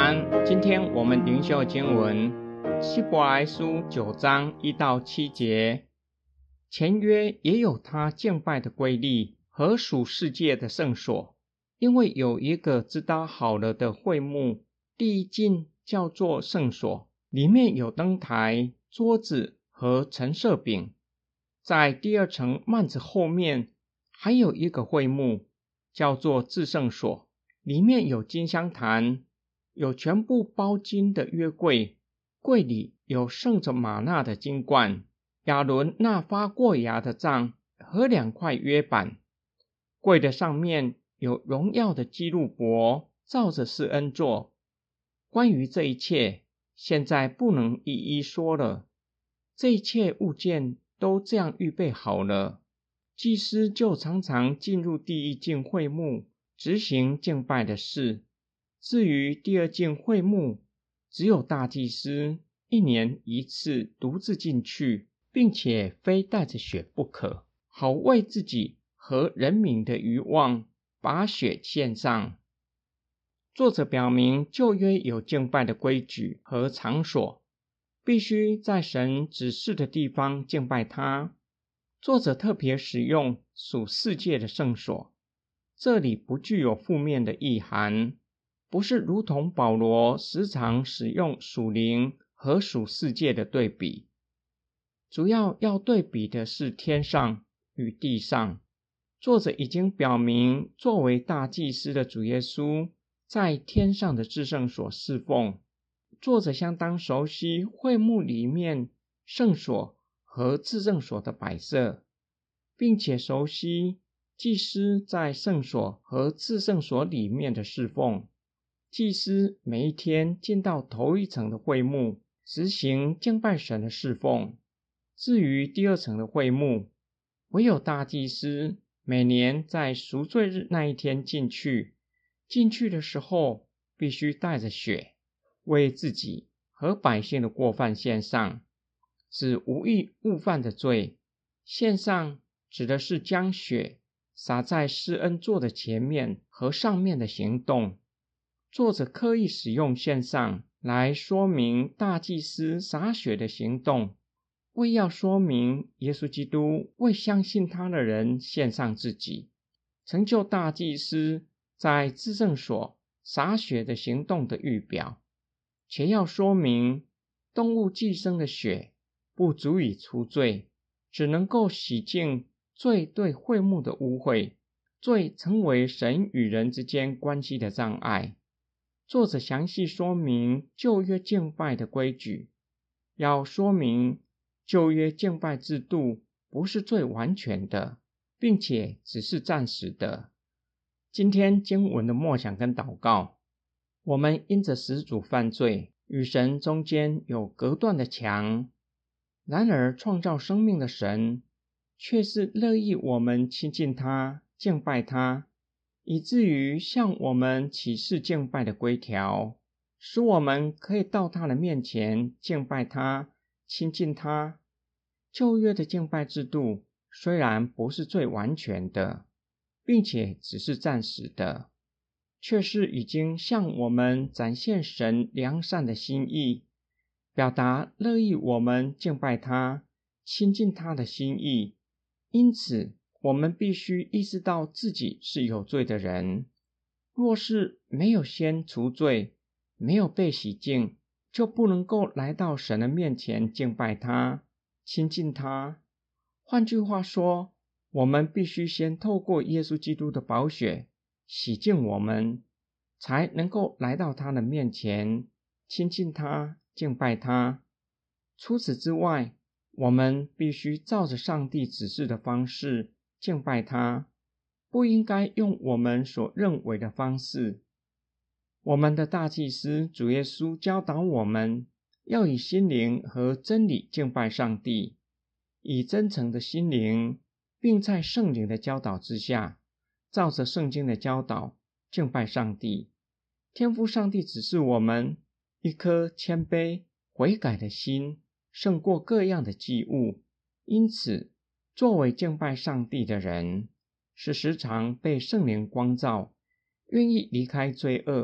安，今天我们灵修经文希伯来书9章1到7节。前约也有他敬拜的规律和属世界的圣所，因为有一个知道好了的会幕，第一进叫做圣所，里面有灯台、桌子和陈设饼。在第二层幔子后面还有一个会幕，叫做至圣所，里面有金香坛，有全部包金的约柜，柜里有盛着玛纳的金罐，亚伦那发过芽的杖和2块约版。柜的上面有荣耀的基路伯照着施恩座。关于这一切，现在不能一一说了，这一切物件都这样预备好了。祭司就常常进入第一进会幕，执行敬拜的事。至于第二进会幕，只有大祭司1年1次独自进去，并且非带着血不可，好为自己和人民的渔望把血献上。作者表明旧约有敬拜的规矩和场所，必须在神指示的地方敬拜他。作者特别使用属世界的圣所，这里不具有负面的意涵，不是如同保罗时常使用属灵和属世界的对比。主要对比的是天上与地上。作者已经表明，作为大祭司的主耶稣在天上的至圣所侍奉。作者相当熟悉会幕里面圣所和至圣所的摆设，并且熟悉祭司在圣所和至圣所里面的侍奉。祭司每一天进到头一层的会幕，执行敬拜神的侍奉。至于第二层的会幕，唯有大祭司每年在赎罪日那一天进去。进去的时候必须带着血，为自己和百姓的过犯献上，指无意误犯的罪。献上指的是将血洒在施恩座的前面和上面的行动。作者刻意使用献上来说明大祭司洒血的行动，为要说明耶稣基督为相信他的人献上自己，成就大祭司在至圣所洒血的行动的预表，且要说明动物寄生的血不足以除罪，只能够洗净罪对会幕的污秽，罪成为神与人之间关系的障碍。作者详细说明旧约敬拜的规矩，要说明旧约敬拜制度不是最完全的，并且只是暂时的。今天经文的默想跟祷告，我们因着始祖犯罪，与神中间有隔断的墙，然而创造生命的神却是乐意我们亲近他，敬拜他，以至于向我们启示敬拜的规条，使我们可以到他的面前敬拜他，亲近他。旧约的敬拜制度虽然不是最完全的，并且只是暂时的，却是已经向我们展现神良善的心意，表达乐意我们敬拜他，亲近他的心意。因此我们必须意识到自己是有罪的人，若是没有先除罪，没有被洗净，就不能够来到神的面前敬拜他，亲近他。换句话说，我们必须先透过耶稣基督的宝血洗净我们，才能够来到他的面前，亲近他，敬拜他。除此之外，我们必须照着上帝指示的方式敬拜他，不应该用我们所认为的方式。我们的大祭司主耶稣教导我们，要以心灵和真理敬拜上帝，以真诚的心灵，并在圣灵的教导之下，照着圣经的教导敬拜上帝。天父上帝指示我们，一颗谦卑悔改的心胜过各样的祭物。因此作为敬拜上帝的人，是时常被圣灵光照，愿意离开罪恶，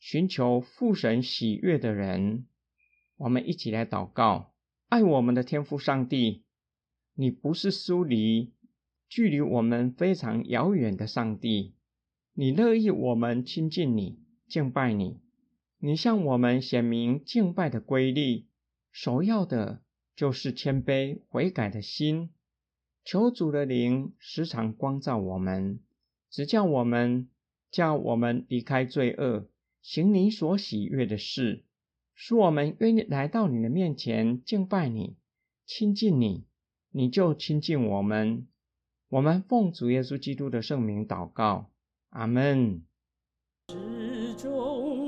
寻求父神喜悦的人。我们一起来祷告。爱我们的天父上帝，你不是疏离距离我们非常遥远的上帝，你乐意我们亲近你，敬拜你。你向我们显明敬拜的规律，首要的就是谦卑悔改的心。求主的灵时常光照我们，指教我们，叫我们离开罪恶，行你所喜悦的事，使我们愿意来到你的面前敬拜你，亲近你，你就亲近我们。我们奉主耶稣基督的圣名祷告，阿们。